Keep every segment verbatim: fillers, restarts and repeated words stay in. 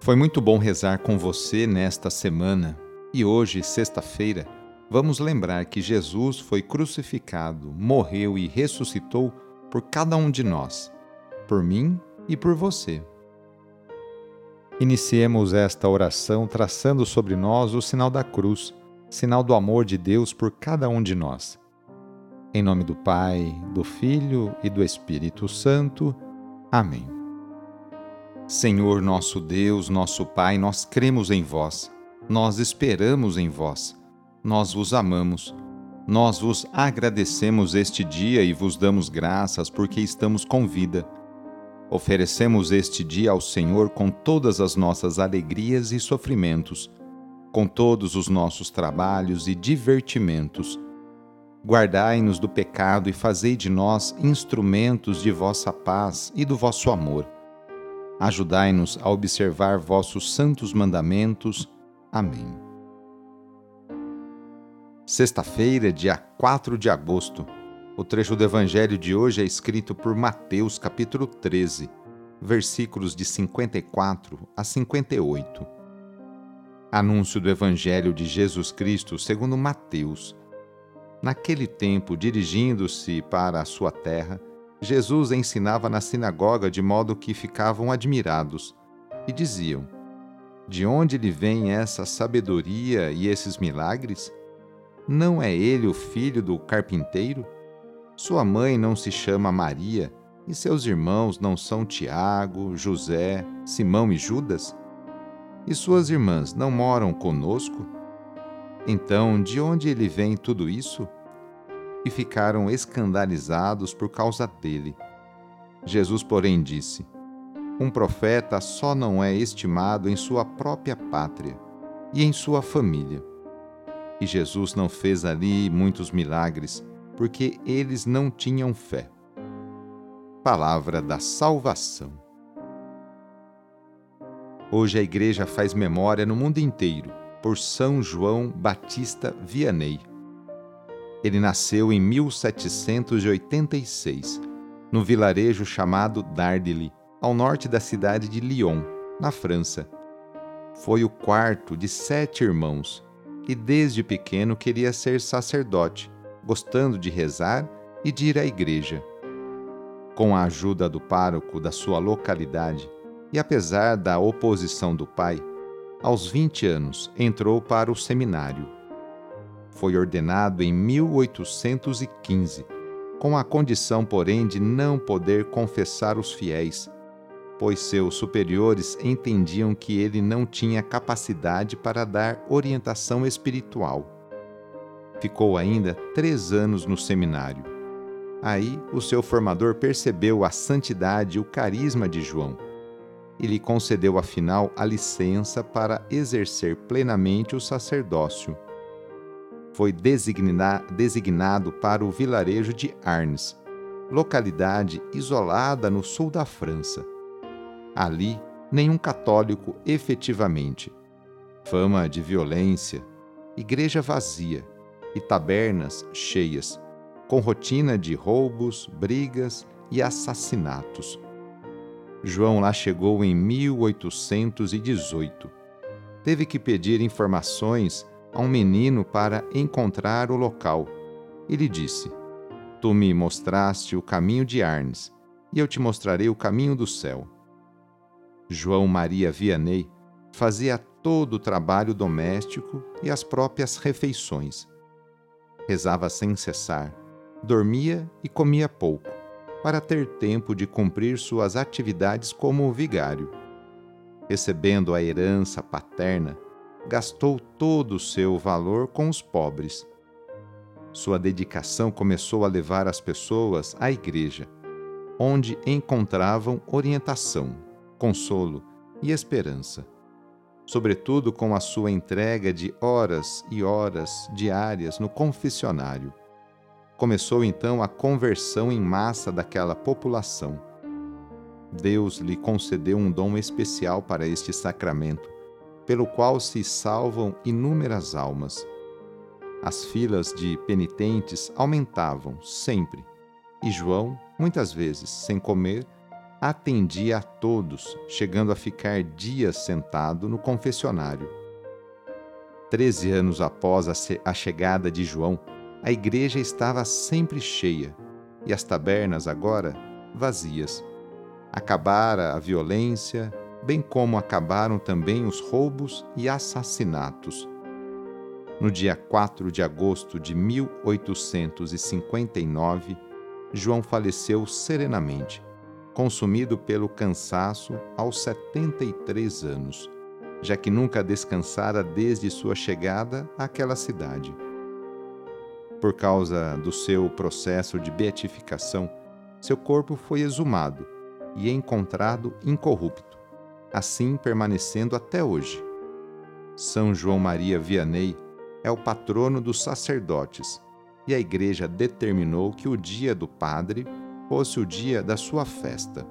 Foi muito bom rezar com você nesta semana e hoje, sexta-feira, vamos lembrar que Jesus foi crucificado, morreu e ressuscitou por cada um de nós, por mim e por você. Iniciemos esta oração traçando sobre nós o sinal da cruz, sinal do amor de Deus por cada um de nós. Em nome do Pai, do Filho e do Espírito Santo. Amém. Senhor nosso Deus, nosso Pai, nós cremos em vós, nós esperamos em vós, nós vos amamos, nós vos agradecemos este dia e vos damos graças porque estamos com vida. Oferecemos este dia ao Senhor com todas as nossas alegrias e sofrimentos, com todos os nossos trabalhos e divertimentos. Guardai-nos do pecado e fazei de nós instrumentos de vossa paz e do vosso amor. Ajudai-nos a observar vossos santos mandamentos. Amém. Sexta-feira, dia quatro de agosto. O trecho do Evangelho de hoje é escrito por Mateus, capítulo treze, versículos de cinquenta e quatro a cinquenta e oito. Anúncio do Evangelho de Jesus Cristo segundo Mateus. Naquele tempo, dirigindo-se para a sua terra, Jesus ensinava na sinagoga de modo que ficavam admirados e diziam: de onde lhe vem essa sabedoria e esses milagres? Não é ele o filho do carpinteiro? Sua mãe não se chama Maria e seus irmãos não são Tiago, José, Simão e Judas? E suas irmãs não moram conosco? Então, de onde lhe vem tudo isso? E ficaram escandalizados por causa dele. Jesus, porém, disse: um profeta só não é estimado em sua própria pátria e em sua família. E Jesus não fez ali muitos milagres, porque eles não tinham fé. Palavra da salvação. Hoje a Igreja faz memória no mundo inteiro por São João Batista Vianney. Ele nasceu em mil setecentos e oitenta e seis, no vilarejo chamado Dardilly, ao norte da cidade de Lyon, na França. Foi o quarto de sete irmãos e desde pequeno queria ser sacerdote, gostando de rezar e de ir à igreja. Com a ajuda do pároco da sua localidade e apesar da oposição do pai, aos vinte anos entrou para o seminário. Foi ordenado em mil oitocentos e quinze, com a condição, porém, de não poder confessar os fiéis, pois seus superiores entendiam que ele não tinha capacidade para dar orientação espiritual. Ficou ainda três anos no seminário. Aí, o seu formador percebeu a santidade e o carisma de João e lhe concedeu, afinal, a licença para exercer plenamente o sacerdócio. Foi designa- designado para o vilarejo de Arnes, localidade isolada no sul da França. Ali, nenhum católico efetivamente. Fama de violência, igreja vazia e tabernas cheias, com rotina de roubos, brigas e assassinatos. João lá chegou em mil oitocentos e dezoito. Teve que pedir informações a um menino para encontrar o local. E lhe disse: tu me mostraste o caminho de Arnes, e eu te mostrarei o caminho do céu. João Maria Vianney fazia todo o trabalho doméstico e as próprias refeições. Rezava sem cessar, dormia e comia pouco, para ter tempo de cumprir suas atividades como vigário. Recebendo a herança paterna, gastou todo o seu valor com os pobres. Sua dedicação começou a levar as pessoas à igreja, onde encontravam orientação, consolo e esperança, sobretudo com a sua entrega de horas e horas diárias no confessionário. Começou então a conversão em massa daquela população. Deus lhe concedeu um dom especial para este sacramento, pelo qual se salvam inúmeras almas. As filas de penitentes aumentavam sempre, e João, muitas vezes sem comer, atendia a todos, chegando a ficar dias sentado no confessionário. Treze anos após a, se- a chegada de João, a igreja estava sempre cheia e as tabernas agora vazias. Acabara a violência, bem como acabaram também os roubos e assassinatos. No dia quatro de agosto de mil oitocentos e cinquenta e nove, João faleceu serenamente, consumido pelo cansaço aos setenta e três anos, já que nunca descansara desde sua chegada àquela cidade. Por causa do seu processo de beatificação, seu corpo foi exumado e encontrado incorrupto, assim permanecendo até hoje. São João Maria Vianney é o patrono dos sacerdotes, e a Igreja determinou que o dia do padre fosse o dia da sua festa.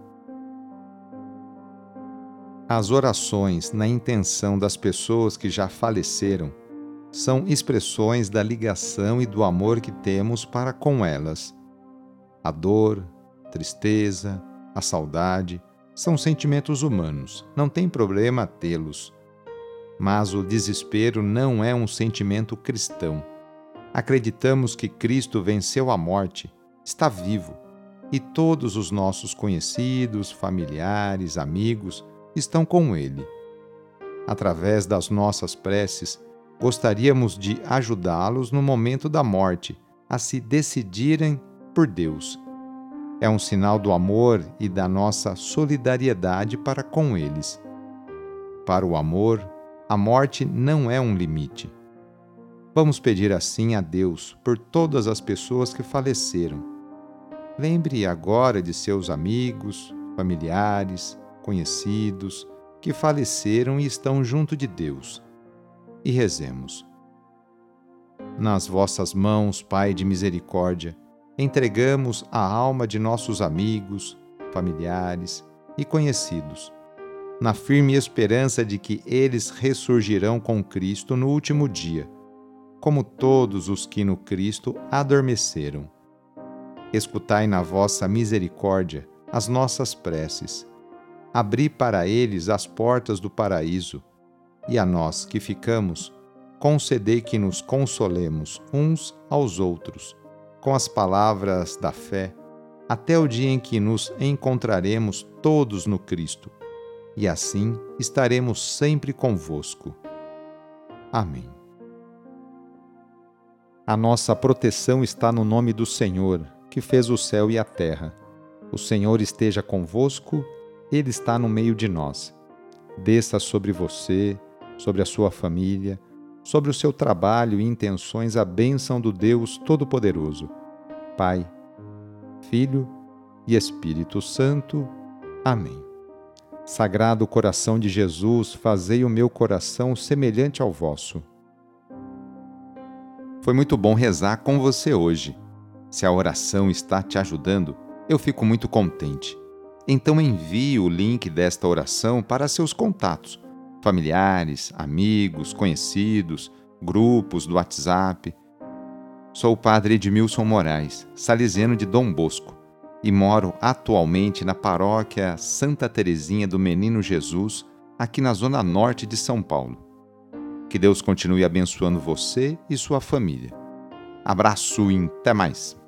As orações na intenção das pessoas que já faleceram são expressões da ligação e do amor que temos para com elas. A dor, a tristeza, a saudade são sentimentos humanos, não tem problema tê-los. Mas o desespero não é um sentimento cristão. Acreditamos que Cristo venceu a morte, está vivo, e todos os nossos conhecidos, familiares, amigos estão com Ele. Através das nossas preces, gostaríamos de ajudá-los no momento da morte a se decidirem por Deus. É um sinal do amor e da nossa solidariedade para com eles. Para o amor, a morte não é um limite. Vamos pedir assim a Deus por todas as pessoas que faleceram. Lembre agora de seus amigos, familiares, conhecidos, que faleceram e estão junto de Deus. E rezemos. Nas vossas mãos, Pai de misericórdia, entregamos a alma de nossos amigos, familiares e conhecidos, na firme esperança de que eles ressurgirão com Cristo no último dia, como todos os que no Cristo adormeceram. Escutai na vossa misericórdia as nossas preces. Abri para eles as portas do paraíso, e a nós que ficamos, concedei que nos consolemos uns aos outros, com as palavras da fé, até o dia em que nos encontraremos todos no Cristo, e assim estaremos sempre convosco. Amém. A nossa proteção está no nome do Senhor, que fez o céu e a terra. O Senhor esteja convosco, Ele está no meio de nós. Desça sobre você, sobre a sua família, sobre o seu trabalho e intenções a bênção do Deus Todo-Poderoso, Pai, Filho e Espírito Santo. Amém. Sagrado coração de Jesus, fazei o meu coração semelhante ao vosso. Foi muito bom rezar com você hoje. Se a oração está te ajudando, eu fico muito contente. Então envie o link desta oração para seus contatos, familiares, amigos, conhecidos, grupos do WhatsApp. Sou o padre Edmilson Moraes, salesiano de Dom Bosco, e moro atualmente na paróquia Santa Teresinha do Menino Jesus, aqui na zona norte de São Paulo. Que Deus continue abençoando você e sua família. Abraço e até mais!